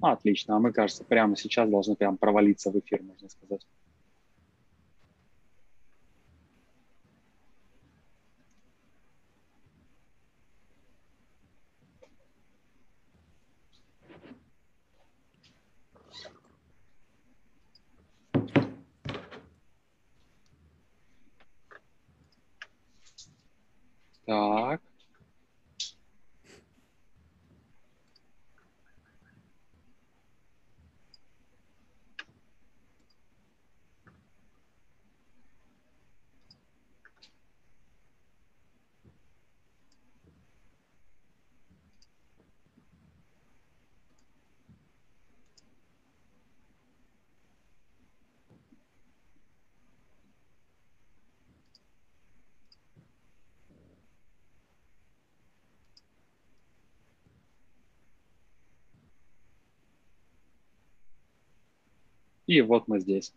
Отлично. А мы, кажется, прямо сейчас должны прям провалиться в эфир, можно сказать. Так. И вот мы здесь.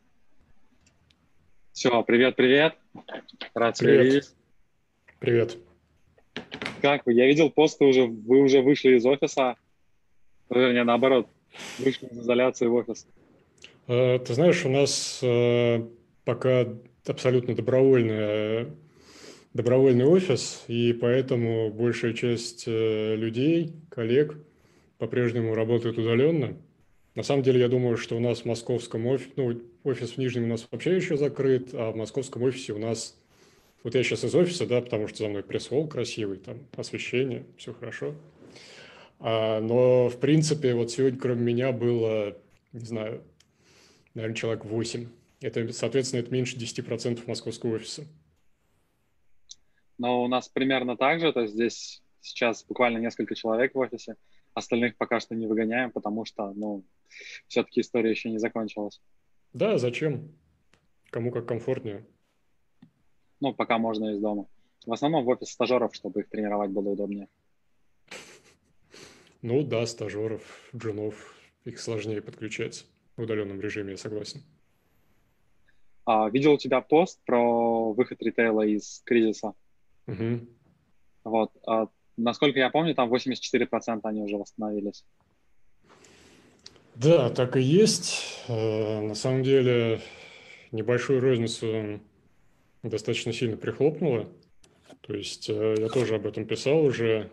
Все, привет-привет. Рад тебя Привет, видеть. привет. Как вы? Я видел пост, вы уже вышли из офиса. Вернее, наоборот, вышли из изоляции в офис. Ты знаешь, у нас пока абсолютно добровольный офис, и поэтому большая часть людей, коллег, по-прежнему работают удаленно. На самом деле, я думаю, что у нас в московском офисе, ну, офис в Нижнем у нас вообще еще закрыт, а в московском офисе у нас, вот я сейчас из офиса, да, потому что за мной пресс-холл красивый, там освещение, все хорошо. Но, в принципе, вот сегодня кроме меня было, не знаю, наверное, человек 8. Это, соответственно, это меньше 10% московского офиса. Но у нас примерно так же. То есть здесь сейчас буквально несколько человек в офисе. Остальных пока что не выгоняем, потому что, ну, все-таки история еще не закончилась. Да, зачем? Кому как комфортнее. Ну, пока можно из дома. В основном в офис стажеров, чтобы их тренировать было удобнее. Ну да, стажеров, джунов, их сложнее подключать в удаленном режиме, я согласен. Видел у тебя пост про выход ритейла из кризиса. Мгм. Вот. Насколько я помню, там 84% они уже восстановились. Да, так и есть. На самом деле небольшую розницу достаточно сильно прихлопнуло. То есть я тоже об этом писал уже.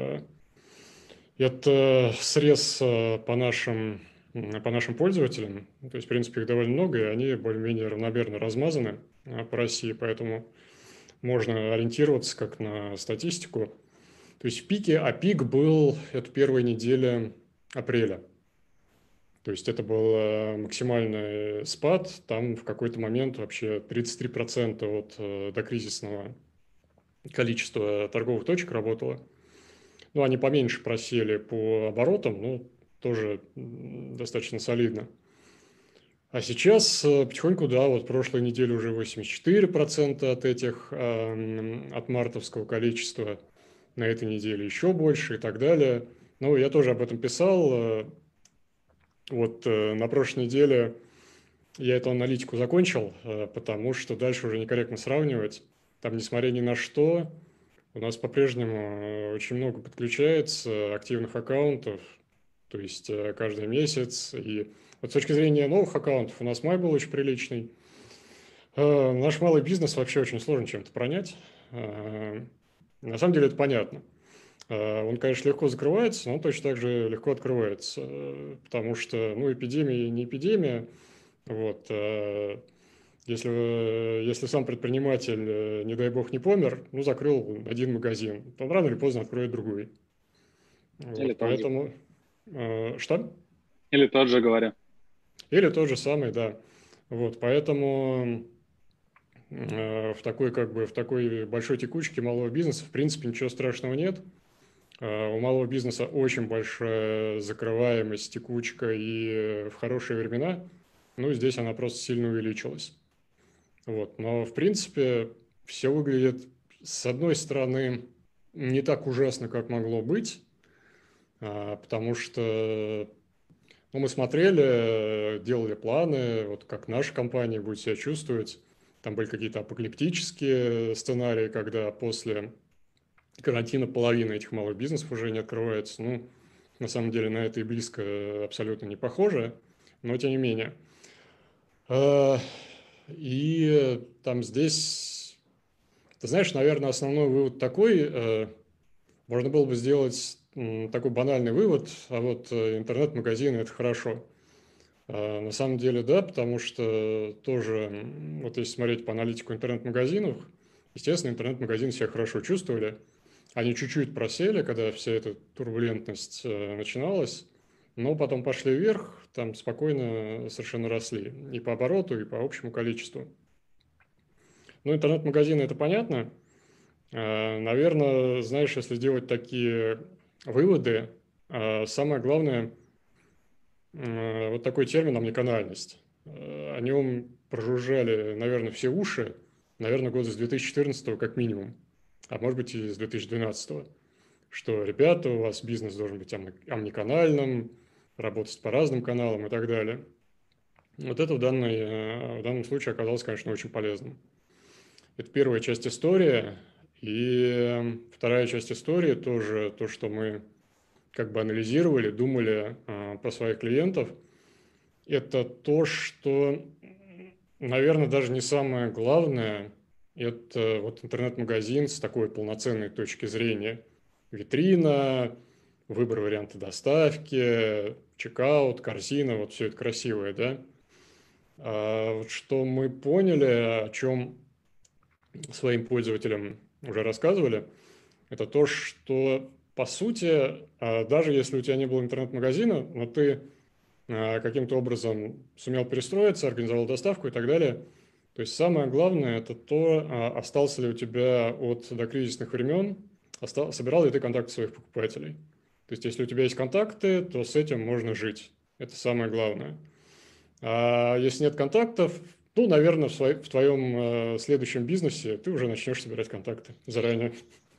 Это срез по нашим пользователям. То есть, в принципе, их довольно много, и они более-менее равномерно размазаны по России, поэтому можно ориентироваться как на статистику. То есть в пике, а пик был, это первая неделя апреля. То есть это был максимальный спад, там в какой-то момент вообще 33% от докризисного количества торговых точек работало. Ну, они поменьше просели по оборотам, ну, тоже достаточно солидно. А сейчас потихоньку, да, вот прошлой неделе уже 84% от этих, от мартовского количества, на этой неделе еще больше и так далее. Ну, я тоже об этом писал. Вот на прошлой неделе я эту аналитику закончил, потому что дальше уже некорректно сравнивать. Там, несмотря ни на что, у нас по-прежнему очень много подключается активных аккаунтов, то есть каждый месяц. И вот с точки зрения новых аккаунтов у нас май был очень приличный. Наш малый бизнес вообще очень сложно чем-то пронять. На самом деле это понятно. Он, конечно, легко закрывается, но он точно так же легко открывается, потому что, ну, эпидемия не эпидемия. Вот, если сам предприниматель, не дай бог, не помер, ну, закрыл один магазин, то он рано или поздно откроет другой. Или Вот, тот же. поэтому... Что? Или тот же, говорю. Или тот же самый, да. Вот, поэтому в такой большой текучке малого бизнеса, в принципе, ничего страшного нет. У малого бизнеса очень большая закрываемость, текучка и в хорошие времена, ну, здесь она просто сильно увеличилась. Вот. Но, в принципе, все выглядит, с одной стороны, не так ужасно, как могло быть, потому что ну, мы смотрели, делали планы, вот как наша компания будет себя чувствовать. Там были какие-то апокалиптические сценарии, когда после карантина половина этих малых бизнесов уже не открывается. Ну, на самом деле на это и близко абсолютно не похоже, но тем не менее. А, И там здесь, ты знаешь, наверное, основной вывод такой, можно было бы сделать такой банальный вывод, а вот интернет-магазины – это хорошо. На самом деле, да, потому что тоже, вот если смотреть по аналитику интернет-магазинов, естественно, интернет-магазины себя хорошо чувствовали. Они чуть-чуть просели, когда вся эта турбулентность начиналась, но потом пошли вверх, там спокойно совершенно росли и по обороту, и по общему количеству. Ну, интернет-магазины – это понятно. Наверное, знаешь, если делать такие выводы, самое главное – вот такой термин омниканальность. О нем прожужжали, наверное, все уши, наверное, года с 2014 как минимум, а может быть и с 2012, что, ребята, у вас бизнес должен быть омниканальным, работать по разным каналам и так далее. Вот это в данном случае оказалось, конечно, очень полезным. Это первая часть истории. И вторая часть истории тоже то, что мы как бы анализировали, думали про своих клиентов – это то, что, наверное, даже не самое главное, это вот интернет-магазин с такой полноценной точки зрения. Витрина, выбор варианта доставки, чекаут, корзина, вот все это красивое, да. Вот что мы поняли, о чем своим пользователям уже рассказывали, это то, что, по сути, даже если у тебя не было интернет-магазина, но ты каким-то образом сумел перестроиться, организовал доставку и так далее. То есть самое главное – это то, остался ли у тебя от докризисных времен, собирал ли ты контакты своих покупателей. То есть если у тебя есть контакты, то с этим можно жить. Это самое главное. А если нет контактов, ну, наверное, в твоем следующем бизнесе ты уже начнешь собирать контакты заранее.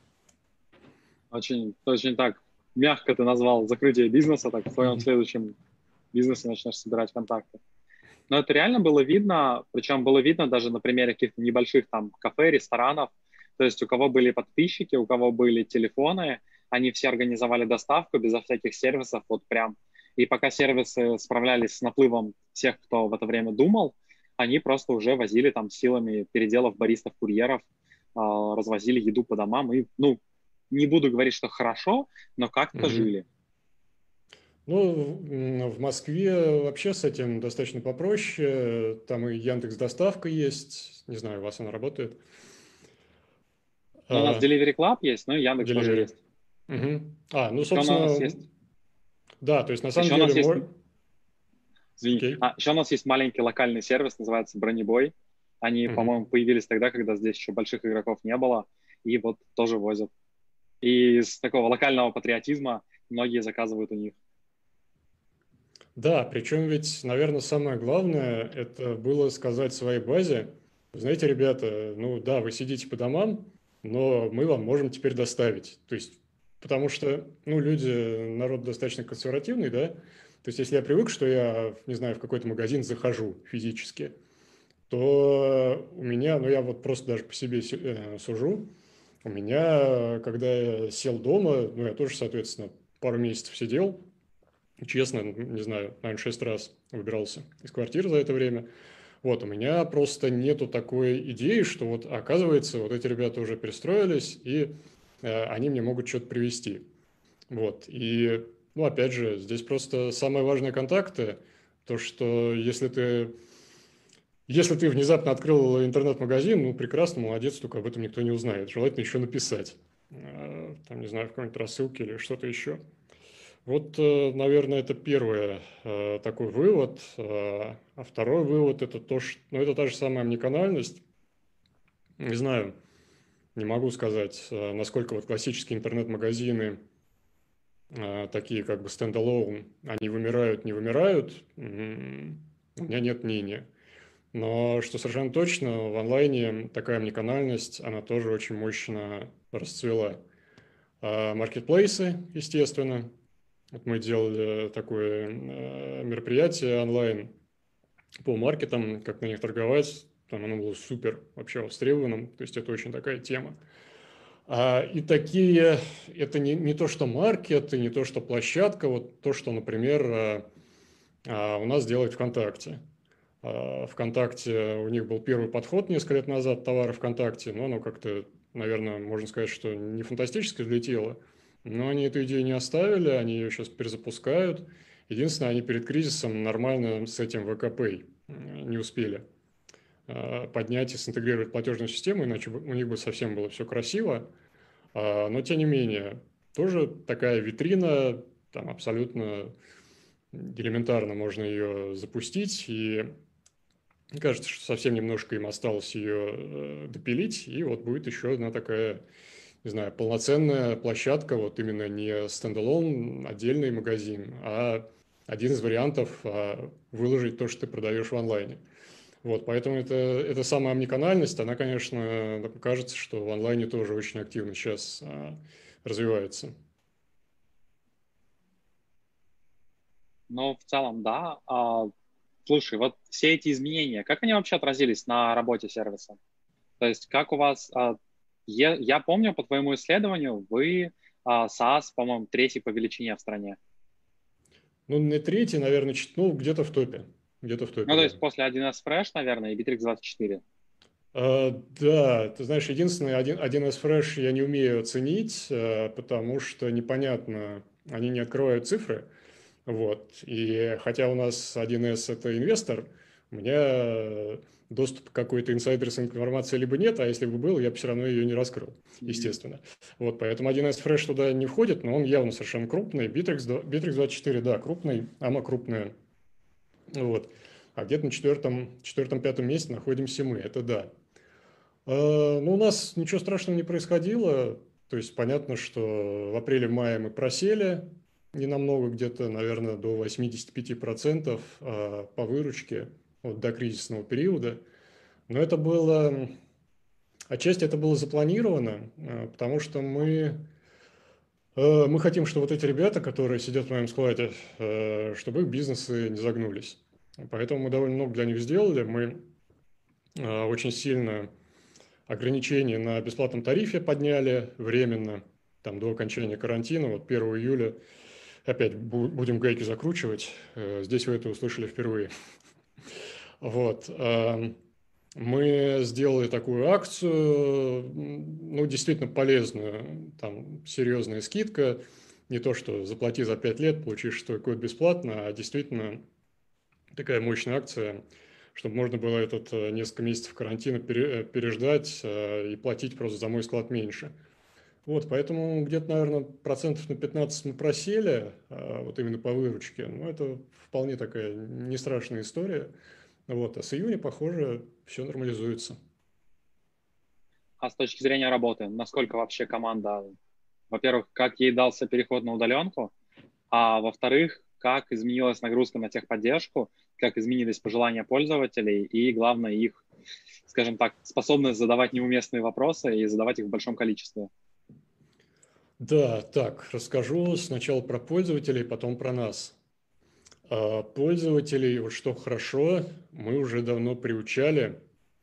Очень так мягко ты назвал закрытие бизнеса, так в твоем следующем бизнесе начнешь собирать контакты. Но это реально было видно, причем было видно даже на примере каких-то небольших там кафе, ресторанов. То есть у кого были подписчики, у кого были телефоны, они все организовали доставку безо всяких сервисов, вот прям. И пока сервисы справлялись с наплывом всех, кто в это время думал, они просто уже возили там силами переделов баристов, курьеров, развозили еду по домам. И, ну, не буду говорить, что хорошо, но как-то Мгм. жили. Ну, в Москве вообще с этим достаточно попроще. Там и Яндекс Доставка есть. Не знаю, у вас она работает. Но у нас А, Delivery Club есть, ну и Яндекс тоже Delivery. есть. Мгм. Ну, Еще у нас собственно, есть, да, то есть на самом еще у деле нас есть, мой... извини, Окей. еще у нас есть маленький локальный сервис, называется Бронебой. Они, Мгм. по-моему, появились тогда, когда здесь еще больших игроков не было, и вот тоже возят. И из такого локального патриотизма многие заказывают у них. Да, причем ведь, наверное, самое главное, это было сказать своей базе, знаете, ребята, ну да, вы сидите по домам, но мы вам можем теперь доставить. То есть, потому что, ну, люди, народ достаточно консервативный, да, то есть, если я привык, что я, не знаю, в какой-то магазин захожу физически, то у меня, ну, я вот просто даже по себе сужу, у меня, когда я сел дома, ну, я тоже, соответственно, пару месяцев сидел, честно, не знаю, наверное, 6 раз выбирался из квартиры за это время. Вот, у меня просто нету такой идеи, что вот, оказывается, вот эти ребята уже перестроились, и они мне могут что-то привезти. Вот, и, ну, опять же, здесь просто самое важное контакты, то, что если ты внезапно открыл интернет-магазин, ну, прекрасно, молодец, только об этом никто не узнает. Желательно еще написать, там, не знаю, в какой-нибудь рассылке или что-то еще. Вот, наверное, это первый такой вывод. А второй вывод – это то, что, ну, это та же самая омниканальность. Не знаю, не могу сказать, насколько вот классические интернет-магазины, такие как бы стендалон, они вымирают, не вымирают. У меня нет мнения. Но что совершенно точно, в онлайне такая омниканальность, она тоже очень мощно расцвела. Маркетплейсы, естественно. Вот мы делали такое мероприятие онлайн по маркетам, как на них торговать. Там оно было супер вообще востребованным. То есть это очень такая тема. И такие, это не то, что маркет, и не то, что площадка, вот то, что, например, у нас делает ВКонтакте. ВКонтакте у них был первый подход несколько лет назад, товары ВКонтакте, но оно как-то, наверное, можно сказать, что не фантастически взлетело, но они эту идею не оставили, они ее сейчас перезапускают. Единственное, они перед кризисом нормально с этим ВК-Pay не успели поднять и синтегрировать платежную систему, иначе у них бы совсем было все красиво. Но, тем не менее, тоже такая витрина, там абсолютно элементарно можно ее запустить, и мне кажется, что совсем немножко им осталось ее допилить, и вот будет еще одна такая, не знаю, полноценная площадка, вот именно не стендалон, отдельный магазин, а один из вариантов выложить то, что ты продаешь в онлайне. Вот, поэтому это самая омниканальность, она, конечно, кажется, что в онлайне тоже очень активно сейчас развивается. Но в целом, да. Слушай, вот все эти изменения, как они вообще отразились на работе сервиса? То есть как у вас... я помню по твоему исследованию, вы SaaS, по-моему, третий по величине в стране. Ну, не третий, наверное, ну, где-то в топе. Где-то в Ну, топе, то да. есть после 1С Fresh, наверное, и Bittrex 24. Да, ты знаешь, единственное, 1С Fresh я не умею оценить, потому что непонятно, они не открывают цифры. Вот. И хотя у нас 1С это инвестор, у меня доступ к какой-то инсайдерской информации либо нет, а если бы был, я бы все равно ее не раскрыл, Мгм. естественно. Вот, поэтому 1С Fresh туда не входит, но он явно совершенно крупный. Bittrex 24, да, крупный, оно крупное. Вот. А где-то на четвертом-пятом месте находимся мы, это да. Ну, у нас ничего страшного не происходило. То есть понятно, что в апреле-мае мы просели не намного, где-то, наверное, до 85% по выручке вот, до кризисного периода. Но это было, отчасти это было запланировано, потому что мы хотим, чтобы вот эти ребята, которые сидят в моем складе, чтобы их бизнесы не загнулись. Поэтому мы довольно много для них сделали. Мы очень сильно ограничения на бесплатном тарифе подняли временно, там до окончания карантина, вот 1 июля. Опять будем гайки закручивать. Здесь вы это услышали впервые. Вот. Мы сделали такую акцию, ну, действительно полезную, там серьезная скидка, не то, что заплати за 5 лет, получишь свой код бесплатно, а действительно такая мощная акция, чтобы можно было этот несколько месяцев карантина переждать и платить просто за мой склад меньше. Вот, поэтому где-то, наверное, процентов на 15 мы просели, вот именно по выручке. Но это вполне такая не страшная история. Вот, а с июня, похоже, все нормализуется. А с точки зрения работы, насколько вообще команда, во-первых, как ей дался переход на удаленку, а во-вторых, как изменилась нагрузка на техподдержку, как изменились пожелания пользователей и, главное, их, скажем так, способность задавать неуместные вопросы и задавать их в большом количестве. Да, так, расскажу сначала про пользователей, потом про нас. Пользователей, вот что хорошо, мы уже давно приучали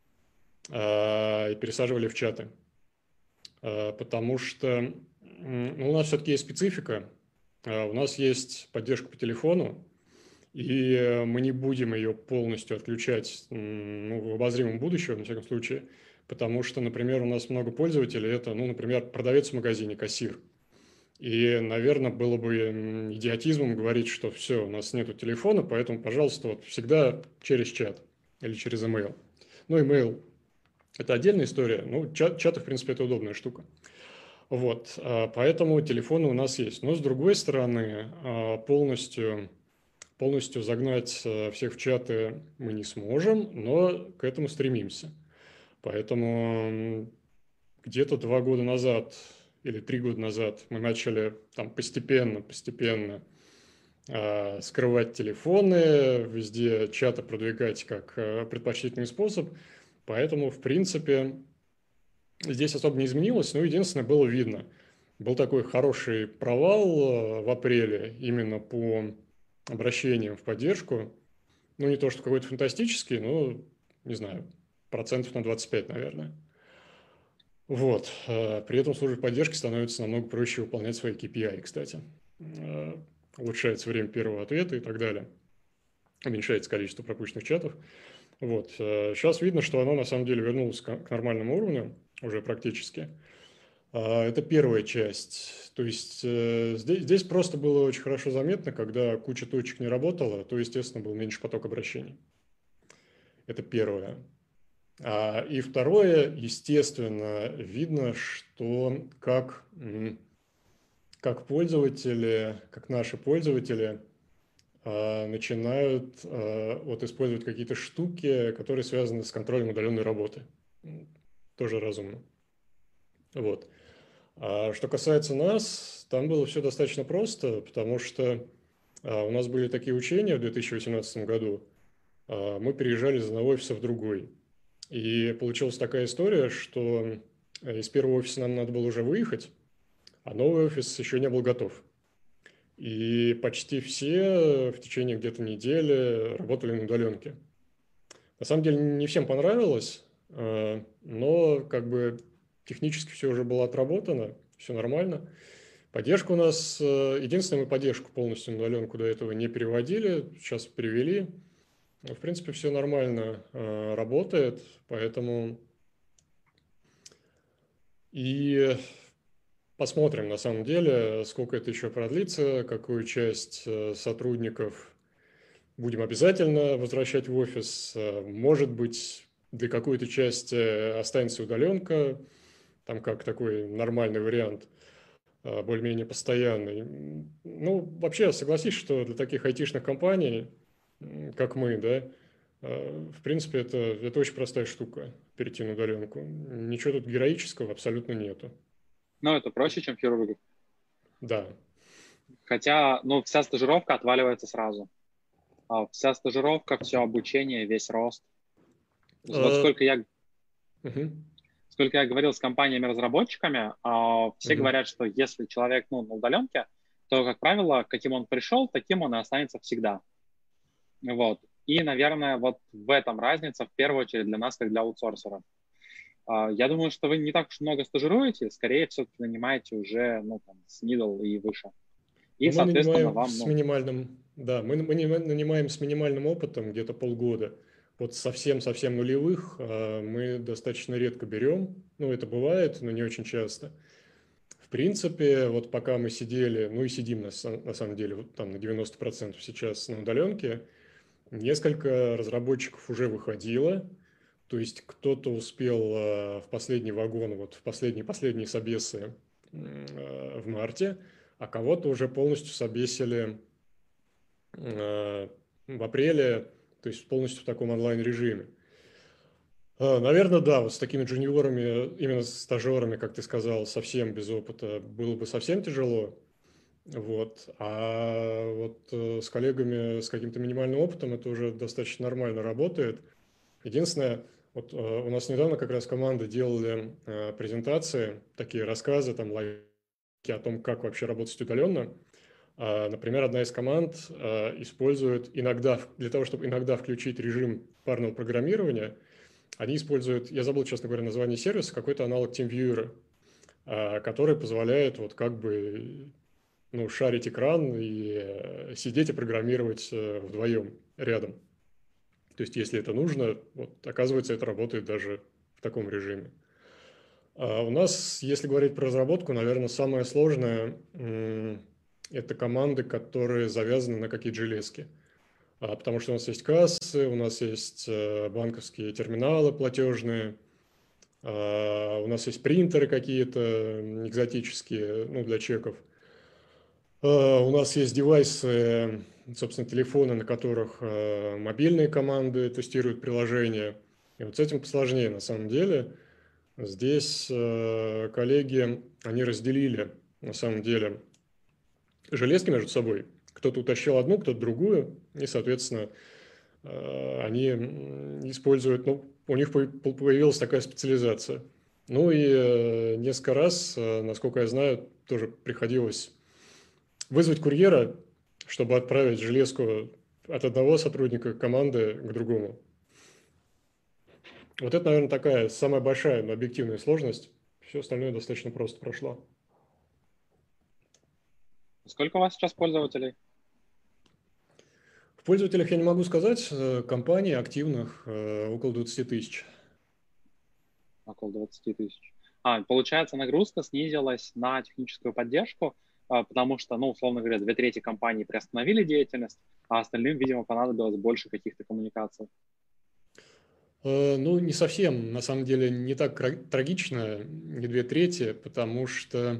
и пересаживали в чаты. Потому что ну, у нас все-таки есть специфика. У нас есть поддержка по телефону, и мы не будем ее полностью отключать ну, в обозримом будущем, на всяком случае, потому что, например, у нас много пользователей, это, ну, например, продавец в магазине, кассир. И, наверное, было бы идиотизмом говорить, что все, у нас нету телефона, поэтому, пожалуйста, вот всегда через чат или через email. Ну, email – это отдельная история, ну, чаты, в принципе, это удобная штука. Вот, поэтому телефоны у нас есть. Но, с другой стороны, полностью загнать всех в чаты мы не сможем, но к этому стремимся. Поэтому где-то 2 года назад или 3 года назад мы начали там постепенно скрывать телефоны, везде чаты продвигать как предпочтительный способ. Поэтому, в принципе, здесь особо не изменилось, но единственное, было видно. Был такой хороший провал в апреле именно по обращениям в поддержку. Ну, не то, что какой-то фантастический, но, не знаю, процентов на 25, наверное. Вот. При этом службе поддержки становится намного проще выполнять свои KPI, кстати. Улучшается время первого ответа и так далее. Уменьшается количество пропущенных чатов. Вот. Сейчас видно, что оно на самом деле вернулось к нормальному уровню, уже практически. Это первая часть. То есть здесь просто было очень хорошо заметно, когда куча точек не работала, то, естественно, был меньше поток обращений. Это первое. И второе, естественно, видно, что как пользователи, как наши пользователи начинают вот использовать какие-то штуки, которые связаны с контролем удаленной работы. Тоже разумно. Вот. А что касается нас, там было все достаточно просто, потому что у нас были такие учения в 2018 году. Мы переезжали из одного офиса в другой. И получилась такая история, что из первого офиса нам надо было уже выехать, а новый офис еще не был готов. И почти все в течение где-то недели работали на удаленке. На самом деле не всем понравилось, но как бы технически все уже было отработано, все нормально. Поддержку у нас, единственное, мы поддержку полностью на удаленку до этого не переводили, сейчас перевели. В принципе, все нормально работает, поэтому и посмотрим на самом деле, сколько это еще продлится, какую часть сотрудников будем обязательно возвращать в офис. Может быть, для какой-то части останется удаленка, там как такой нормальный вариант, более-менее постоянный. Ну, вообще, согласись, что для таких айтишных компаний, как мы, да, в принципе, это очень простая штука, перейти на удаленку. Ничего тут героического абсолютно нету. Но это проще, чем хирург. Да. Хотя, ну, вся стажировка отваливается сразу. Вся стажировка, все обучение, весь рост. Вот сколько я говорил с компаниями-разработчиками, все говорят, что если человек на удаленке, то, как правило, каким он пришел, таким он и останется всегда. Вот. И, наверное, вот в этом разница, в первую очередь, для нас, как для аутсорсеров. Я думаю, что вы не так уж много стажируете, скорее все-таки нанимаете уже с middle и выше. И, но мы соответственно, нанимаем вам... с минимальным, да, мы нанимаем с минимальным опытом где-то полгода. Вот совсем нулевых мы достаточно редко берем. Ну, это бывает, но не очень часто. В принципе, вот пока мы сидели, ну и сидим на самом деле, вот там на 90% сейчас на удаленке, несколько разработчиков уже выходило. То есть кто-то успел в последний вагон, вот в последние собесы в марте, а кого-то уже полностью собесили в апреле, то есть полностью в таком онлайн-режиме. Наверное, да, вот с такими джуниорами, именно с стажерами, как ты сказал, совсем без опыта было бы совсем тяжело. Вот. А вот с коллегами с каким-то минимальным опытом это уже достаточно нормально работает. Единственное, вот у нас недавно как раз команды делали презентации, такие рассказы, там, лайки о том, как вообще работать удаленно. Например, одна из команд использует иногда, для того, чтобы иногда включить режим парного программирования, они используют, я забыл, честно говоря, название сервиса, какой-то аналог TeamViewer, который позволяет вот как бы шарить экран и сидеть и программировать вдвоем рядом. То есть, если это нужно, вот, оказывается, это работает даже в таком режиме. У нас, если говорить про разработку, наверное, самое сложное это команды, которые завязаны на какие-то железки. Потому что у нас есть кассы, у нас есть банковские терминалы платежные, у нас есть принтеры какие-то экзотические, для чеков. У нас есть девайсы, собственно, телефоны, на которых мобильные команды тестируют приложения. И вот с этим посложнее на самом деле. Здесь коллеги, они разделили на самом деле железки между собой. Кто-то утащил одну, кто-то другую, и, соответственно, они используют, у них появилась такая специализация. Ну и несколько раз, насколько я знаю, тоже приходилось вызвать курьера, чтобы отправить железку от одного сотрудника команды к другому. Вот это, наверное, такая самая большая, но объективная сложность Все остальное достаточно просто прошло. Сколько у вас сейчас пользователей? В пользователях я не могу сказать, компаний активных около 20 тысяч. Около 20 тысяч. Получается, нагрузка снизилась на техническую поддержку, потому что, ну, условно говоря, 2/3 компаний приостановили деятельность, а остальным, видимо, понадобилось больше каких-то коммуникаций. Ну, не совсем. На самом деле не так трагично, не 2/3, потому что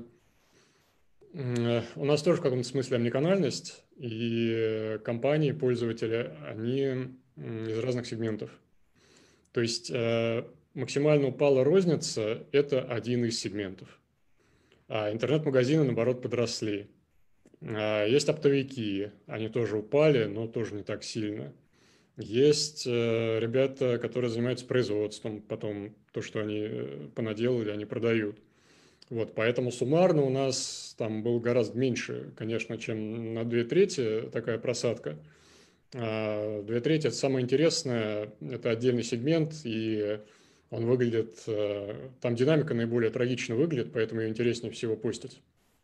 у нас тоже в каком-то смысле омниканальность, и компании, пользователи, они из разных сегментов. То есть максимально упала розница – это один из сегментов. А интернет-магазины, наоборот, подросли. Есть оптовики, они тоже упали, но тоже не так сильно. Есть ребята, которые занимаются производством, потом то, что они понаделали, они продают. Вот, поэтому суммарно у нас там был гораздо меньше, конечно, чем на 2/3 такая просадка. 2/3 – это самое интересное, это отдельный сегмент, и он выглядит, там динамика наиболее трагично выглядит, поэтому ее интереснее всего постить.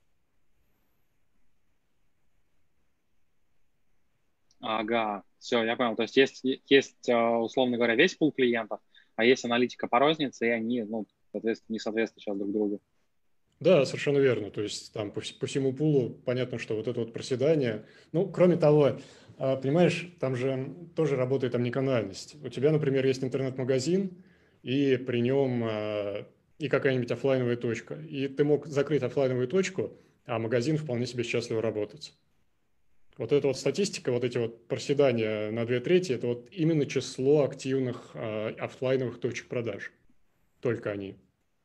Ага, все, я понял. То есть есть, условно говоря, весь пул клиентов, а есть аналитика по рознице, и они, ну, соответственно, не соответствуют сейчас друг другу. Да, совершенно верно. То есть там по всему пулу понятно, что вот это вот проседание. Ну, кроме того, понимаешь, там же тоже работает омниканальность. У тебя, например, есть интернет-магазин, и при нем и какая-нибудь оффлайновая точка. И ты мог закрыть оффлайновую точку, а магазин вполне себе счастливо работать. Вот эта вот статистика, вот эти вот проседания на 2/3, это вот именно число активных оффлайновых точек продаж. Только они.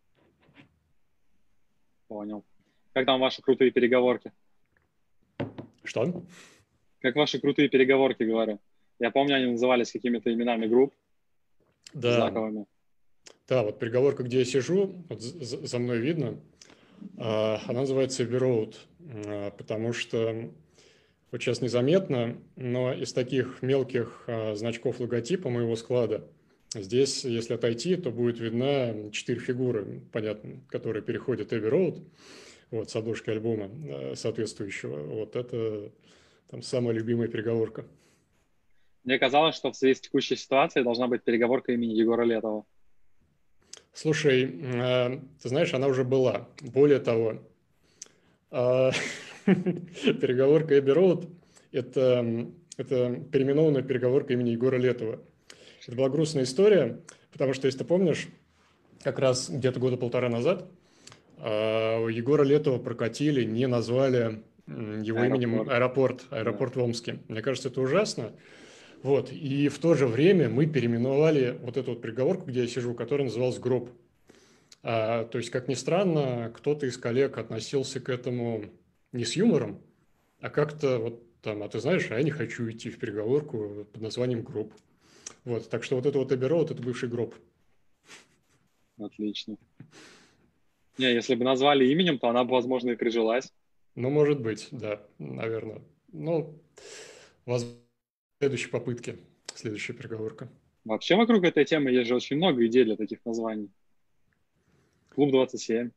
Понял. Как там ваши крутые переговорки? Что? Как ваши крутые переговорки, говорю. Я помню, они назывались какими-то именами групп Да, знаковыми. да, вот переговорка, где я сижу, вот за мной видно, она называется Abbey Road, потому что вот сейчас незаметно, но из таких мелких значков логотипа моего склада здесь, если отойти, то будет видна 4 фигуры, понятно, которые переходят Abbey Road, вот, с обложки альбома соответствующего. Вот это там самая любимая переговорка. Мне казалось, что в связи с текущей ситуацией должна быть переговорка имени Егора Летова. Слушай, ты знаешь, она уже была. Более того, А, переговорка Эбби Роуд – это переименованная переговорка имени Егора Летова. Это была грустная история, потому что, если ты помнишь, как раз где-то года полтора назад у Егора Летова прокатили, не назвали его именем Аэропорт. аэропорт в Омске. Мне кажется, это ужасно. Вот. И в то же время мы переименовали вот эту вот переговорку, где я сижу, которая называлась «Гроб». То есть, как ни странно, кто-то из коллег относился к этому не с юмором, а как-то вот там, а ты знаешь, а я не хочу идти в переговорку под названием «Гроб». Вот, так что вот это вот Abbey Road – это бывший гроб. Отлично. Не, если бы назвали именем, то она бы, возможно, и прижилась. Ну, может быть, да, наверное. Ну, возможно, в следующей попытке, следующая переговорка. Вообще вокруг этой темы есть же очень много идей для таких названий. Клуб 27.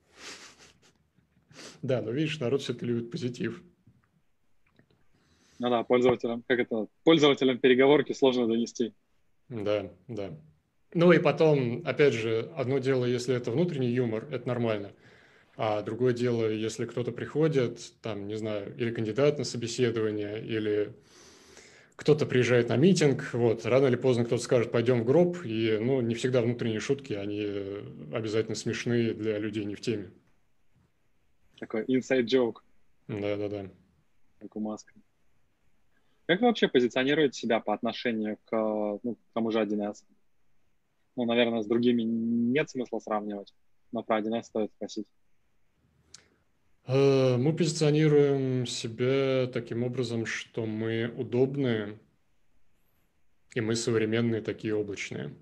Да, но видишь, народ все-таки любит позитив. Ну да, пользователям переговорки сложно донести. Да, да. Ну и потом, опять же, одно дело, если это внутренний юмор, это нормально. А другое дело, если кто-то приходит, там, не знаю, или кандидат на собеседование, или кто-то приезжает на митинг, вот, рано или поздно кто-то скажет, пойдем в гроб, и, ну, не всегда внутренние шутки, они обязательно смешные для людей не в теме. Такой inside joke, Да-да-да. как у Маска. Как вы вообще позиционируете себя по отношению к тому же 1С? Ну, наверное, с другими нет смысла сравнивать, но про 1С стоит спросить. Мы позиционируем себя таким образом, что мы удобные, и мы современные, такие облачные.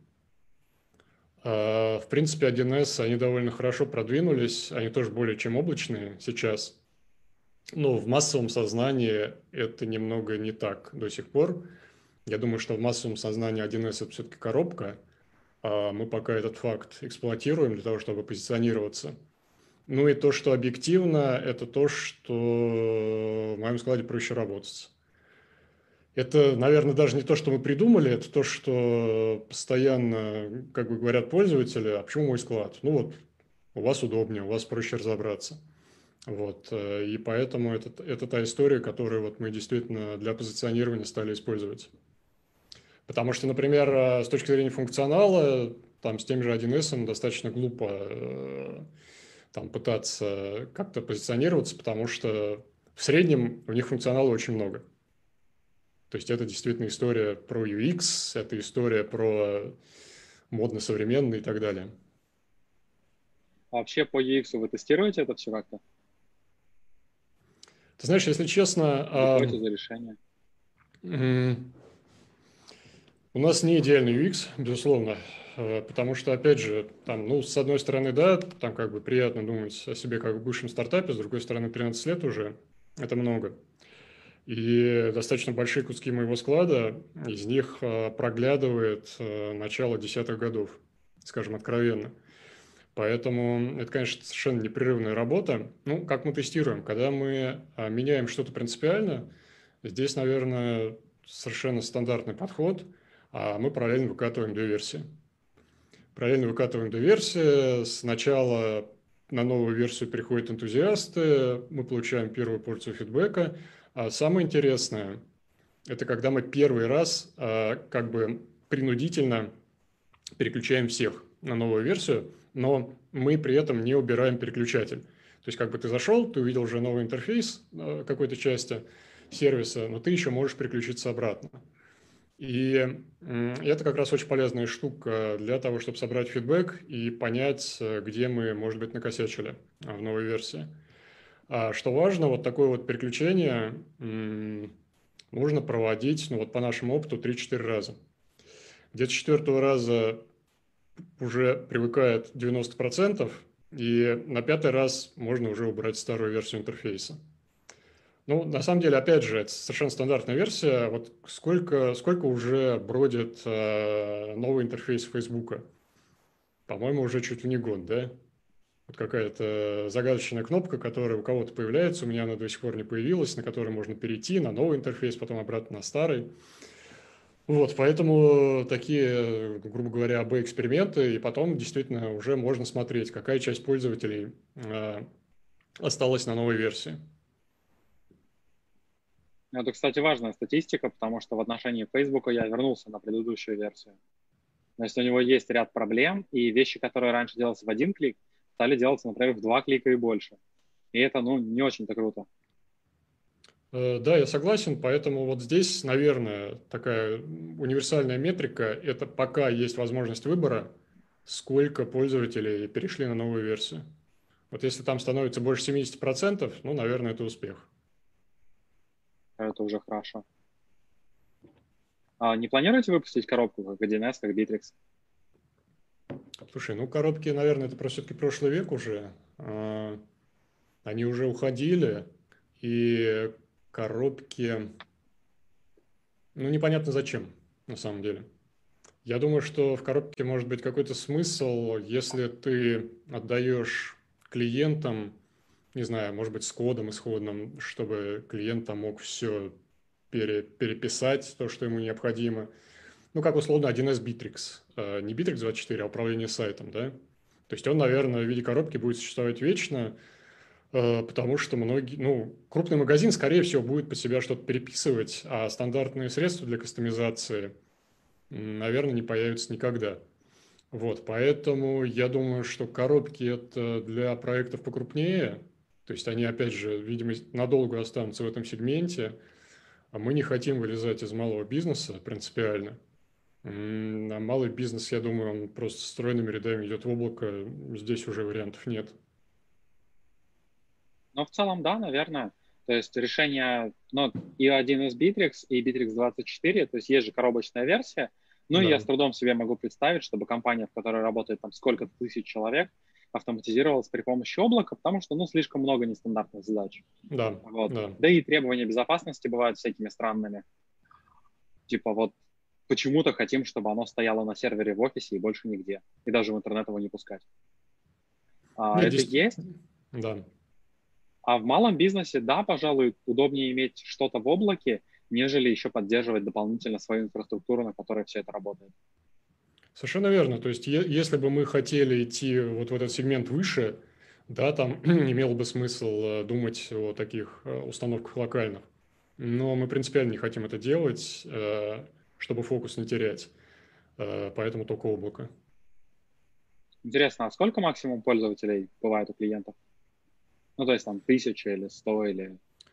В принципе, 1С, они довольно хорошо продвинулись, они тоже более чем облачные сейчас. Но в массовом сознании это немного не так до сих пор. Я думаю, что в массовом сознании 1С это все-таки коробка, а мы пока этот факт эксплуатируем для того, чтобы позиционироваться. Ну и то, что объективно, это то, что в моем складе проще работать. Это, наверное, даже не то, что мы придумали, это то, что постоянно, как бы говорят пользователи, а почему мой склад? Ну вот, у вас удобнее, у вас проще разобраться. Вот, и поэтому это та история, которую вот мы действительно для позиционирования стали использовать. Потому что, например, с точки зрения функционала, там с тем же 1С достаточно глупо там пытаться как-то позиционироваться, потому что в среднем у них функционала очень много. То есть это действительно история про UX, это история про модно-современный и так далее. А вообще по UX вы тестируете это все как-то? Ты знаешь, если честно, Гипотезы, решения? у нас не идеальный UX, безусловно, потому что, опять же, там, ну, с одной стороны, да, там как бы приятно думать о себе как в бывшем стартапе, с другой стороны, 13 лет уже, это много. И достаточно большие куски моего склада, из них проглядывает начало десятых годов, скажем откровенно. Поэтому это, конечно, совершенно непрерывная работа. Ну, как мы тестируем? Когда мы меняем что-то принципиально, здесь, наверное, совершенно стандартный подход, а мы параллельно выкатываем две версии. Параллельно выкатываем две версии. Сначала на новую версию приходят энтузиасты, мы получаем первую порцию фидбэка. А самое интересное, это когда мы первый раз как бы принудительно переключаем всех на новую версию, но мы при этом не убираем переключатель. То есть как бы ты зашел, ты увидел уже новый интерфейс какой-то части сервиса, но ты еще можешь переключиться обратно. И это как раз очень полезная штука для того, чтобы собрать фидбэк и понять, где мы, может быть, накосячили в новой версии. А что важно, вот такое вот переключение нужно проводить, ну вот по нашему опыту, 3-4 раза. Где-то с четвертого раза уже привыкает 90%, и на пятый раз можно уже убрать старую версию интерфейса. Ну, на самом деле, опять же, это совершенно стандартная версия. Вот сколько уже бродит новый интерфейс Фейсбука? По-моему, уже чуть ли не год, да? Вот какая-то загадочная кнопка, которая у кого-то появляется, у меня она до сих пор не появилась, на которой можно перейти на новый интерфейс, потом обратно на старый. Вот, поэтому такие, грубо говоря, АБ-эксперименты, и потом действительно уже можно смотреть, какая часть пользователей осталась на новой версии. Это, кстати, важная статистика, потому что в отношении Facebook я вернулся на предыдущую версию. То есть у него есть ряд проблем, и вещи, которые раньше делались в один клик, стали делаться, например, в 2 клика и больше. И это, ну, не очень-то круто. Да, я согласен, поэтому вот здесь, наверное, такая универсальная метрика – это пока есть возможность выбора, сколько пользователей перешли на новую версию. Вот если там становится больше 70%, ну, наверное, это успех. Это уже хорошо. А не планируете выпустить коробку, как 1С, как Bittrex? Слушай, ну, коробки, наверное, это все-таки прошлый век уже. Они уже уходили, и коробки, ну, непонятно зачем, на самом деле. Я думаю, что в коробке может быть какой-то смысл, если ты отдаешь клиентам, не знаю, может быть, с кодом исходным, чтобы клиент там мог все переписать, то, что ему необходимо. Ну, как условно 1С Bittrex. Не Bittrex 24, а управление сайтом, да? То есть он, наверное, в виде коробки будет существовать вечно, потому что многие, ну, крупный магазин, скорее всего, будет под себя что-то переписывать, а стандартные средства для кастомизации, наверное, не появятся никогда. Вот, поэтому я думаю, что коробки это для проектов покрупнее, то есть они, опять же, видимо, надолго останутся в этом сегменте, а мы не хотим вылезать из малого бизнеса принципиально. А малый бизнес, я думаю, он просто стройными рядами идет в облако, здесь уже вариантов нет. Но в целом, да, наверное. То есть решение, ну, и 1С Bittrex, и Bittrex 24, то есть же коробочная версия. Ну, и я Да, с трудом себе могу представить, чтобы компания, в которой работает там сколько-то тысяч человек, автоматизировалась при помощи облака, потому что, ну, слишком много нестандартных задач. да, Вот. да. Да и требования безопасности бывают всякими странными. Типа вот почему-то хотим, чтобы оно стояло на сервере в офисе и больше нигде, и даже в интернет его не пускать. Нет, Это есть. да. А в малом бизнесе, да, пожалуй, удобнее иметь что-то в облаке, нежели еще поддерживать дополнительно свою инфраструктуру, на которой все это работает. Совершенно верно. То есть, если бы мы хотели идти вот в этот сегмент выше, да, там имело бы смысл думать о таких установках локальных. Но мы принципиально не хотим это делать, чтобы фокус не терять. Поэтому только облако. Интересно, а сколько максимум пользователей бывает у клиентов? Ну, то есть там 1000 или 100 или...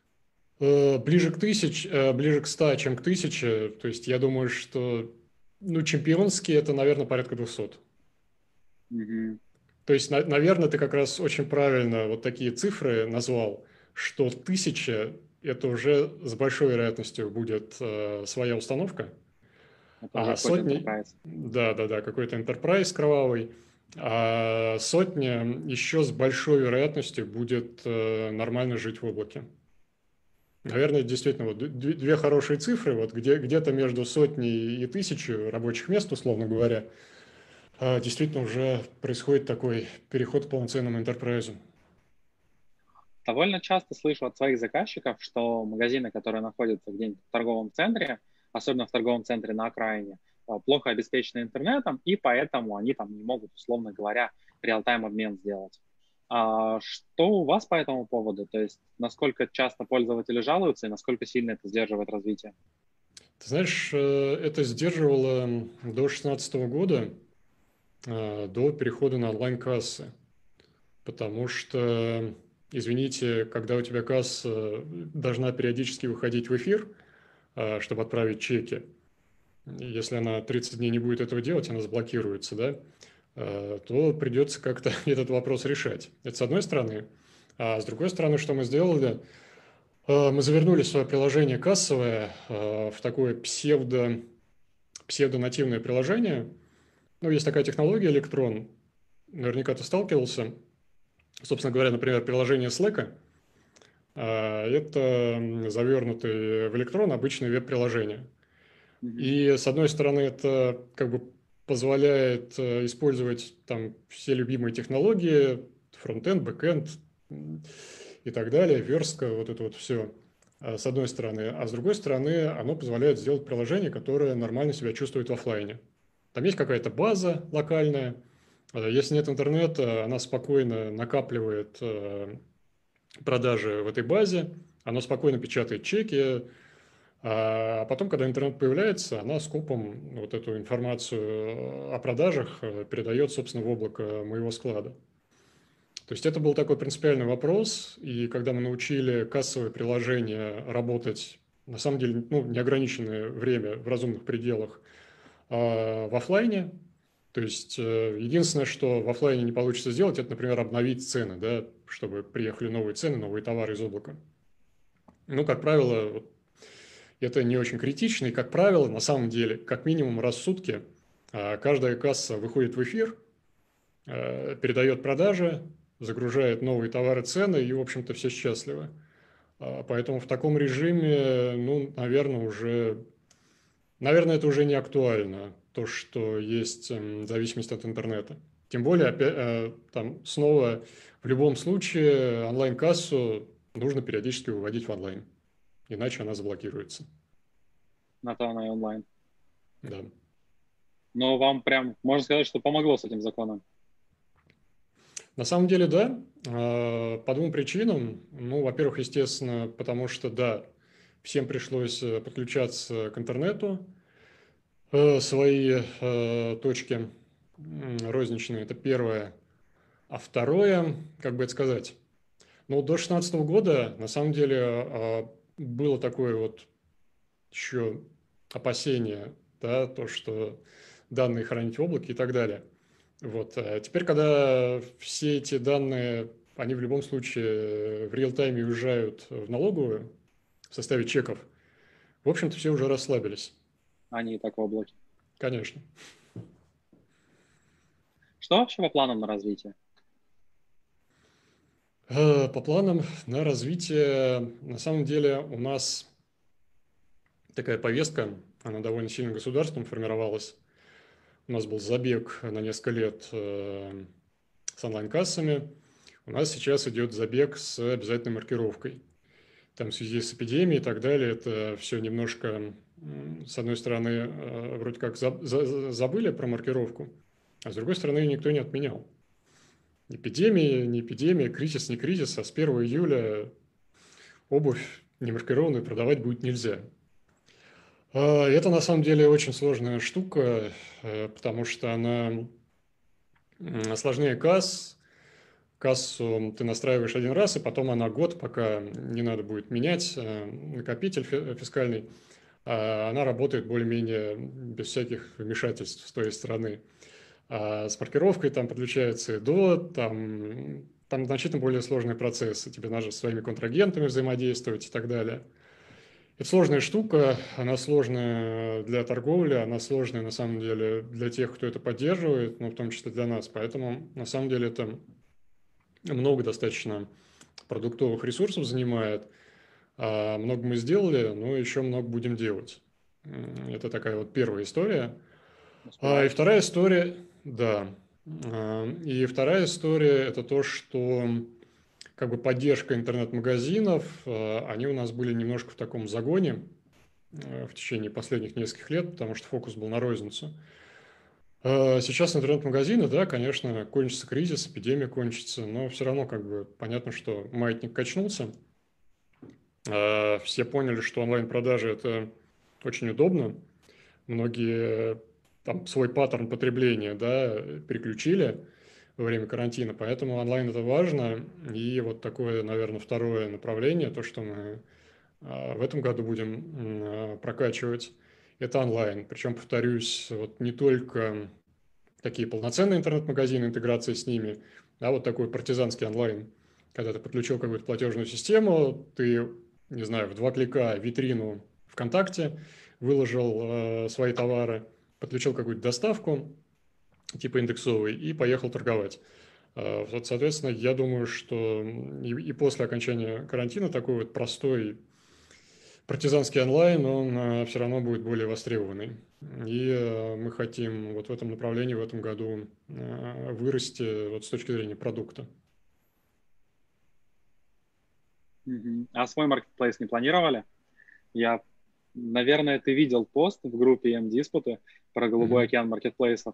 Ближе к 100, чем к 1000. То есть я думаю, что ну, чемпионский это, наверное, порядка 200. Мгм. То есть, наверное, ты как раз очень правильно вот такие цифры назвал, что 1000 это уже с большой вероятностью будет своя установка, Это уже а какой-то сотни, enterprise. да, какой-то enterprise кровавый, а сотня еще с большой вероятностью будет нормально жить в облаке. Наверное, действительно, вот две хорошие цифры, вот где-то между сотней и 1000 рабочих мест, условно говоря, действительно уже происходит такой переход к полноценному enterprise. Довольно часто слышу от своих заказчиков, что магазины, которые находятся где-нибудь в торговом центре, особенно в торговом центре на окраине, плохо обеспечены интернетом, и поэтому они там не могут, условно говоря, реал-тайм обмен сделать. Что у вас по этому поводу? То есть насколько часто пользователи жалуются и насколько сильно это сдерживает развитие? Ты знаешь, это сдерживало до 2016 года, до перехода на онлайн-кассы, потому что, извините, когда у тебя касса должна периодически выходить в эфир, чтобы отправить чеки, если она 30 дней не будет этого делать, она заблокируется, да, то придется как-то этот вопрос решать. Это с одной стороны. А с другой стороны, что мы сделали? Мы завернули свое приложение кассовое в такое псевдонативное приложение. Ну, есть такая технология Electron, наверняка ты сталкивался. Собственно говоря, например, приложение Slack это завернутый в Electron обычное веб-приложение. Мгм. И с одной стороны, это как бы позволяет использовать там все любимые технологии, фронтенд, бэкенд и так далее, верстка, вот это вот все с одной стороны. А с другой стороны, оно позволяет сделать приложение, которое нормально себя чувствует в офлайне. Там есть какая-то база локальная. Если нет интернета, она спокойно накапливает продажи в этой базе, она спокойно печатает чеки, а потом, когда интернет появляется, она скопом вот эту информацию о продажах передает, собственно, в облако моего склада. То есть это был такой принципиальный вопрос, и когда мы научили кассовое приложение работать, на самом деле, ну, неограниченное время в разумных пределах в офлайне, то есть единственное, что в офлайне не получится сделать, это, например, обновить цены, да, чтобы приехали новые цены, новые товары из облака. Ну, как правило, вот это не очень критично, и, как правило, на самом деле, как минимум раз в сутки каждая касса выходит в эфир, передает продажи, загружает новые товары, цены, и, в общем-то, все счастливы. Поэтому в таком режиме, ну, наверное, это уже не актуально, то, что есть зависимость от интернета. Тем более, там снова, в любом случае, онлайн-кассу нужно периодически выводить в онлайн, иначе она заблокируется. На то она и онлайн. Да. Но вам прям, можно сказать, что помогло с этим законом. На самом деле, да, по двум причинам. Ну, во-первых, естественно, потому что, да, всем пришлось подключаться к интернету, свои точки розничные, это первое. А второе, как бы это сказать, ну, до 2016 года, на самом деле, было такое вот еще опасение, да, то, что данные хранить в облаке и так далее. Вот. Теперь, когда все эти данные, они в любом случае в реал-тайме уезжают в налоговую в составе чеков, в общем-то, все уже расслабились. А не так в облаке. Конечно. Что вообще по планам на развитие? По планам на развитие, на самом деле, у нас такая повестка она довольно сильно государством формировалась. У нас был забег на несколько лет с онлайн-кассами. У нас сейчас идет забег с обязательной маркировкой. Там в связи с эпидемией и так далее, это все немножко, с одной стороны, вроде как забыли про маркировку, а с другой стороны, ее никто не отменял. Эпидемия, не эпидемия, кризис, не кризис, а с 1 июля обувь немаркированную продавать будет нельзя. Это на самом деле очень сложная штука, потому что она сложнее касс. Кассу ты настраиваешь один раз, и потом она год, пока не надо будет менять накопитель фискальный, она работает более-менее без всяких вмешательств с той стороны. А с маркировкой там подключается ИДО, там значительно более сложные процессы. Тебе надо с своими контрагентами взаимодействовать и так далее. Это сложная штука, она сложная для торговли, она сложная на самом деле для тех, кто это поддерживает, но в том числе для нас. Поэтому на самом деле это много достаточно продуктовых ресурсов занимает. Много мы сделали, но еще много будем делать. Это такая вот первая история. И вторая история, да. И вторая история – это то, что как бы поддержка интернет-магазинов, они у нас были немножко в таком загоне в течение последних нескольких лет, потому что фокус был на розницу. Сейчас интернет-магазины, да, конечно, кончится кризис, эпидемия кончится, но все равно как бы понятно, что маятник качнулся. Все поняли, что онлайн-продажи – это очень удобно. Многие там свой паттерн потребления, да, переключили во время карантина, поэтому онлайн – это важно. И вот такое, наверное, второе направление, то, что мы в этом году будем прокачивать, это онлайн. Причем, повторюсь, вот не только такие полноценные интернет-магазины, интеграция с ними, а вот такой партизанский онлайн, когда ты подключил какую-то платежную систему, ты, не знаю, в 2 клика витрину ВКонтакте, выложил свои товары, подключил какую-то доставку, типа индексовый, и поехал торговать. Вот, соответственно, я думаю, что и после окончания карантина такой вот простой партизанский онлайн, он все равно будет более востребованный. И мы хотим вот в этом направлении в этом году вырасти вот с точки зрения продукта. А свой маркетплейс не планировали? Наверное, ты видел пост в группе M-диспуты про голубой океан маркетплейсов.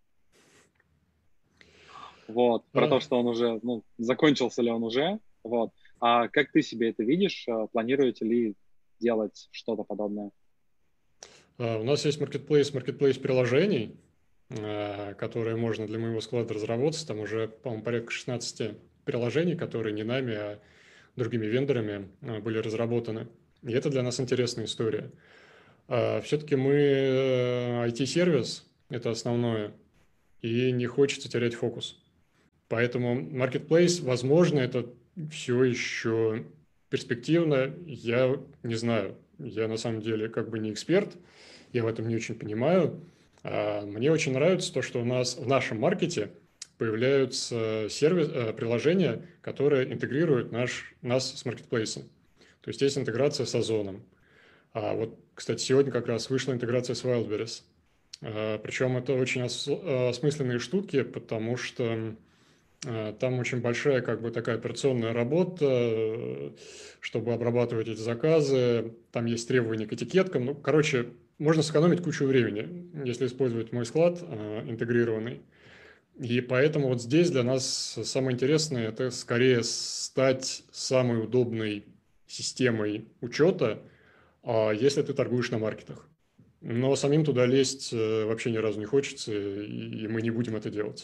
Вот, про то, что он уже, закончился ли он уже. Вот. А как ты себе это видишь? Планируете ли делать что-то подобное? У нас есть маркетплейс приложений, которые можно для моего склада разработать. Там уже, по-моему, порядка 16 приложений, которые не нами, а другими вендорами были разработаны. И это для нас интересная история. Все-таки мы IT-сервис, это основное, и не хочется терять фокус. Поэтому marketplace, возможно, это все еще перспективно. Я не знаю, я на самом деле как бы не эксперт, я в этом не очень понимаю. Мне очень нравится то, что у нас в нашем маркете появляются приложения, которые интегрируют нас с маркетплейсом. То есть есть интеграция с Озоном. Вот, кстати, сегодня как раз вышла интеграция с Wildberries. Причем это очень осмысленные штуки, потому что там очень большая как бы такая операционная работа, чтобы обрабатывать эти заказы. Там есть требования к этикеткам. Ну, короче, можно сэкономить кучу времени, если использовать мой склад интегрированный. И поэтому вот здесь для нас самое интересное – это скорее стать самой удобной системой учета, если ты торгуешь на маркетах. Но самим туда лезть вообще ни разу не хочется, и мы не будем это делать.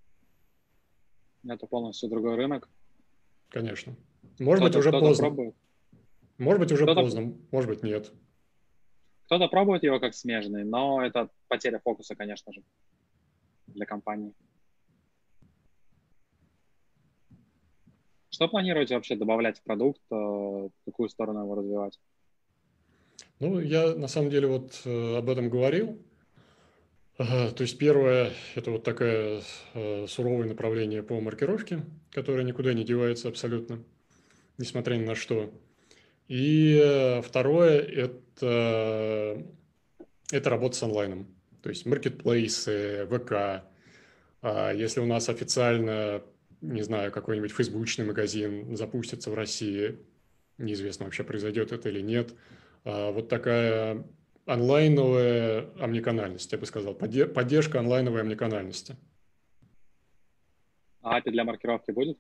Это полностью другой рынок. Конечно. Может быть, уже поздно. Пробует. Может быть, уже поздно, может быть, нет. Кто-то пробует его как смежный, но это потеря фокуса, конечно же, для компании. Что планируете вообще добавлять в продукт? В какую сторону его развивать? Ну, я на самом деле вот об этом говорил. То есть первое – это вот такое суровое направление по маркировке, которое никуда не девается абсолютно, несмотря ни на что. И второе – это это работа с онлайном. То есть маркетплейсы, ВК. Если у нас официально, не знаю, какой-нибудь фейсбучный магазин запустится в России, неизвестно вообще, произойдет это или нет. Вот такая онлайновая омниканальность, я бы сказал, поддержка онлайновой омниканальности. А API для маркировки будет?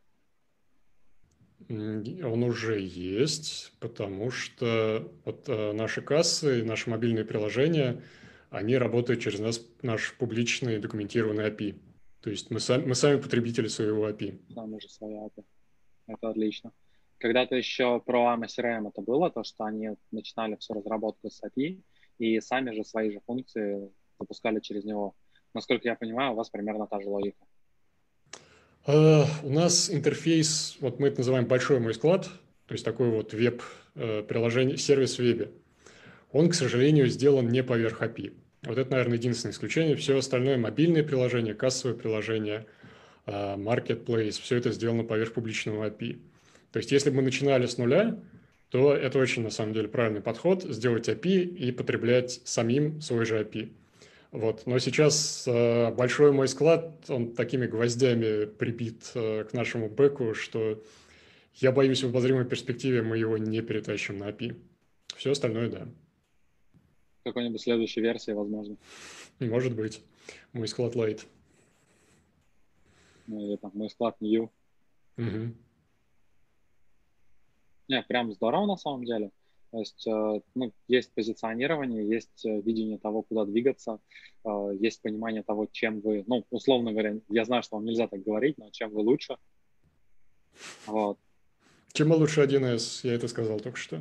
Он уже есть, потому что вот наши кассы и наши мобильные приложения, они работают через наш публичный документированный API. То есть мы сами потребители своего API. Там уже своя API. Это отлично. Когда-то еще про AMA CRM это было, то, что они начинали всю разработку с API и сами же свои же функции запускали через него. Насколько я понимаю, у вас примерно та же логика. У нас интерфейс, вот мы это называем большой мой склад, то есть такой вот веб-приложение, сервис в вебе. Он, к сожалению, сделан не поверх API. Вот это, наверное, единственное исключение. Все остальное, мобильные приложения, кассовые приложения, Marketplace, все это сделано поверх публичного API. То есть, если бы мы начинали с нуля, то это очень, на самом деле, правильный подход – сделать API и потреблять самим свой же API. Вот. Но сейчас большой мой склад, он такими гвоздями прибит к нашему бэку, что я боюсь, в обозримой перспективе мы его не перетащим на API. Все остальное – да. В какой-нибудь следующей версии, возможно. Может быть. Мой склад Lite. Ну, или там мой склад New. Угу. Не, прям здорово на самом деле. То есть, ну, есть позиционирование, есть видение того, куда двигаться, есть понимание того, чем вы, ну, условно говоря, я знаю, что вам нельзя так говорить, но чем вы лучше. Вот. Чем лучше 1С, я это сказал только что.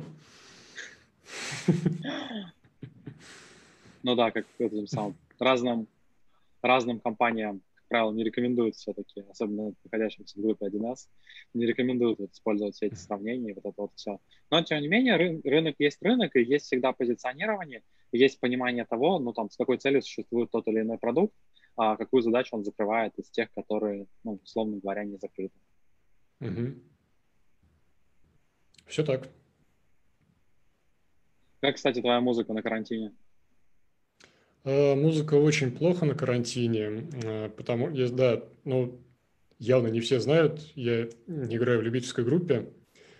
Ну да, как этим самым разным компаниям, как правило, не рекомендуют все-таки, особенно находящимся в группе 1С, не рекомендуют вот использовать все эти сравнения, вот это вот все. Но, тем не менее, рынок есть рынок, и есть всегда позиционирование, и есть понимание того, ну, там, с какой целью существует тот или иной продукт, а какую задачу он закрывает из тех, которые, ну, условно говоря, не закрыты. Угу. Все так. Как, кстати, твоя музыка на карантине? Музыка очень плохо на карантине, потому, да, ну, явно не все знают, я не играю в любительской группе,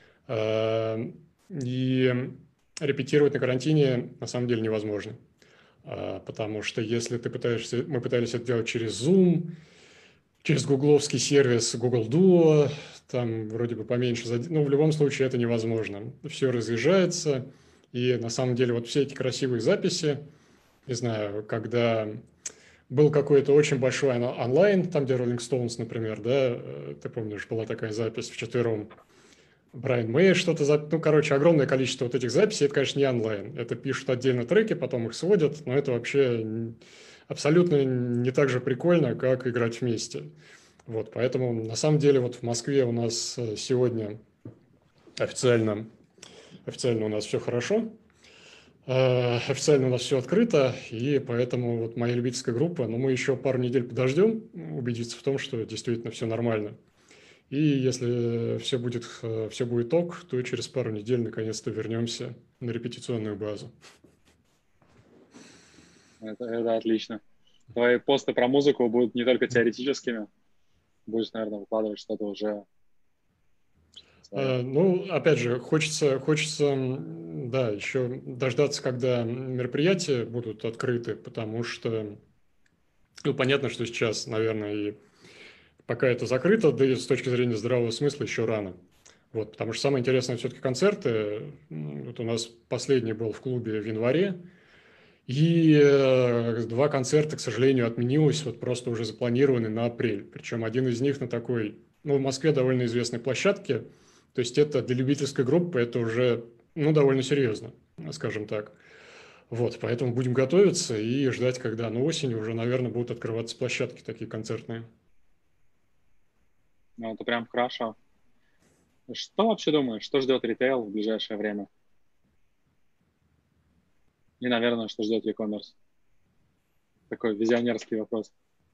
и репетировать на карантине на самом деле невозможно, потому что если мы пытались это делать через Zoom, через гугловский сервис Google Duo, там вроде бы поменьше, ну, в любом случае это невозможно, все разъезжается, и на самом деле вот все эти красивые записи, не знаю, когда был какой-то очень большой онлайн, там, где Rolling Stones, например, да, ты помнишь, была такая запись вчетвером. Брайан Мэй что-то, ну, короче, огромное количество вот этих записей, это, конечно, не онлайн. Это пишут отдельно треки, потом их сводят, но это вообще абсолютно не так же прикольно, как играть вместе. Вот, поэтому, на самом деле, вот в Москве у нас сегодня официально у нас все хорошо. Официально у нас все открыто, и поэтому вот моя любительская группа, но мы еще пару недель подождем, убедиться в том, что действительно все нормально. И если все будет ок, то через пару недель наконец-то вернемся на репетиционную базу. Это отлично. Твои посты про музыку будут не только теоретическими, будешь, наверное, выкладывать что-то уже. Ну, опять же, хочется, да, еще дождаться, когда мероприятия будут открыты, потому что, ну, понятно, что сейчас, наверное, и пока это закрыто, да и с точки зрения здравого смысла еще рано. Вот, потому что самое интересное все-таки концерты. Вот у нас последний был в клубе в январе, и два концерта, к сожалению, отменилось, вот просто уже запланированы на апрель. Причем один из них на такой, ну, в Москве довольно известной площадке. То есть это для любительской группы это уже, ну, довольно серьезно, скажем так. Вот, поэтому будем готовиться и ждать, когда, ну, осенью уже, наверное, будут открываться площадки такие концертные. Ну, это прям хорошо. Что вообще думаешь, что ждет ритейл в ближайшее время? И, наверное, что ждет e-commerce? Такой визионерский вопрос.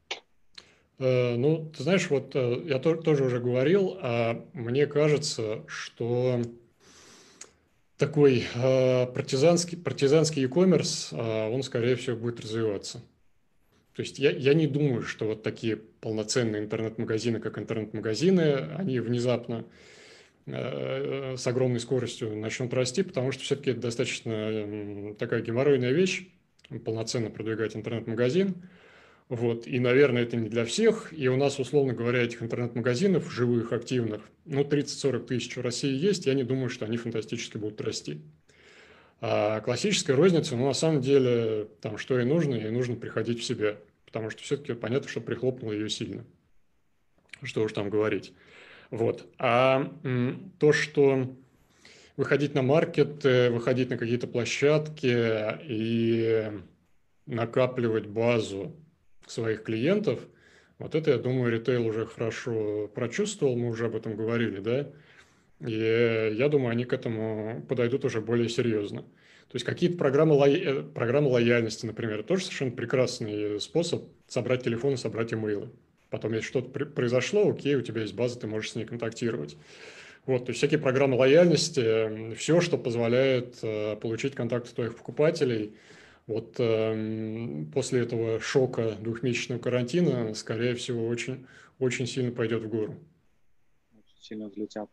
Ну, ты знаешь, вот я тоже уже говорил, мне кажется, что такой партизанский e-commerce, он, скорее всего, будет развиваться. То есть я не думаю, что вот такие полноценные интернет-магазины, как интернет-магазины, они внезапно с огромной скоростью начнут расти, потому что все-таки это достаточно такая геморройная вещь, полноценно продвигать интернет-магазин. Вот. И, наверное, это не для всех. И у нас, условно говоря, этих интернет-магазинов, живых, активных, 30-40 тысяч в России есть. Я не думаю, что они фантастически будут расти. А классическая розница, на самом деле, там что ей нужно приходить в себя. Потому что все-таки понятно, что прихлопнуло ее сильно. Что уж там говорить. Вот. А то, что выходить на маркет, выходить на какие-то площадки и накапливать базу своих клиентов, вот это, я думаю, ритейл уже хорошо прочувствовал, мы уже об этом говорили, да, и я думаю, они к этому подойдут уже более серьезно. То есть какие-то программы лояльности, например, тоже совершенно прекрасный способ собрать телефон и собрать имейлы. Потом, если что-то произошло, окей, у тебя есть база, ты можешь с ней контактировать. Вот, то есть всякие программы лояльности, все, что позволяет получить контакты твоих покупателей. Вот после этого шока двухмесячного карантина, скорее всего, очень, очень сильно пойдет в гору. Очень сильно взлетят.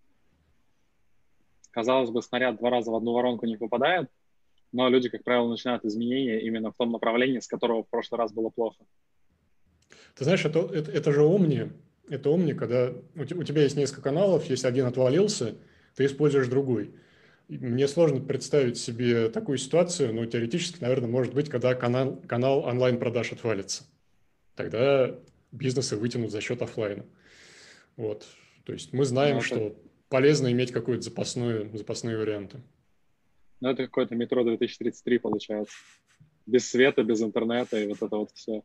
Казалось бы, снаряд 2 раза в одну воронку не попадает, но люди, как правило, начинают изменения именно в том направлении, с которого в прошлый раз было плохо. Ты знаешь, это же Omni. Это Omni, когда у тебя есть несколько каналов, если один отвалился, ты используешь другой. И мне сложно представить себе такую ситуацию, но теоретически, наверное, может быть, когда канал онлайн-продаж отвалится. Тогда бизнесы вытянут за счет оффлайна. Вот. То есть мы знаем, что полезно иметь какой-то запасные варианты. Ну, это какое-то метро 2033 получается. Без света, без интернета и вот это вот все.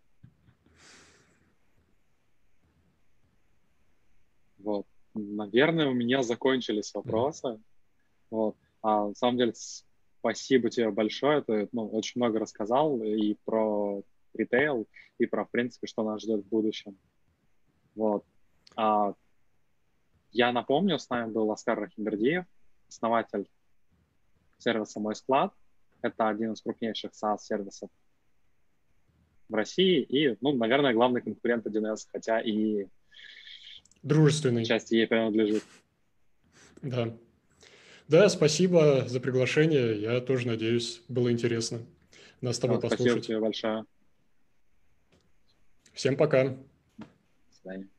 Вот. Наверное, у меня закончились вопросы. Вот. На самом деле, спасибо тебе большое. Ты очень много рассказал и про ритейл, и про, в принципе, что нас ждет в будущем. Вот. Я напомню, с нами был Оскар Рахимбердиев, основатель сервиса «Мой склад». Это один из крупнейших SaaS-сервисов в России и, наверное, главный конкурент 1С, хотя и дружественный. Часть ей принадлежит. Да. Да, спасибо за приглашение. Я тоже надеюсь, было интересно нас с тобой послушать. Спасибо тебе большое. Всем пока. До свидания.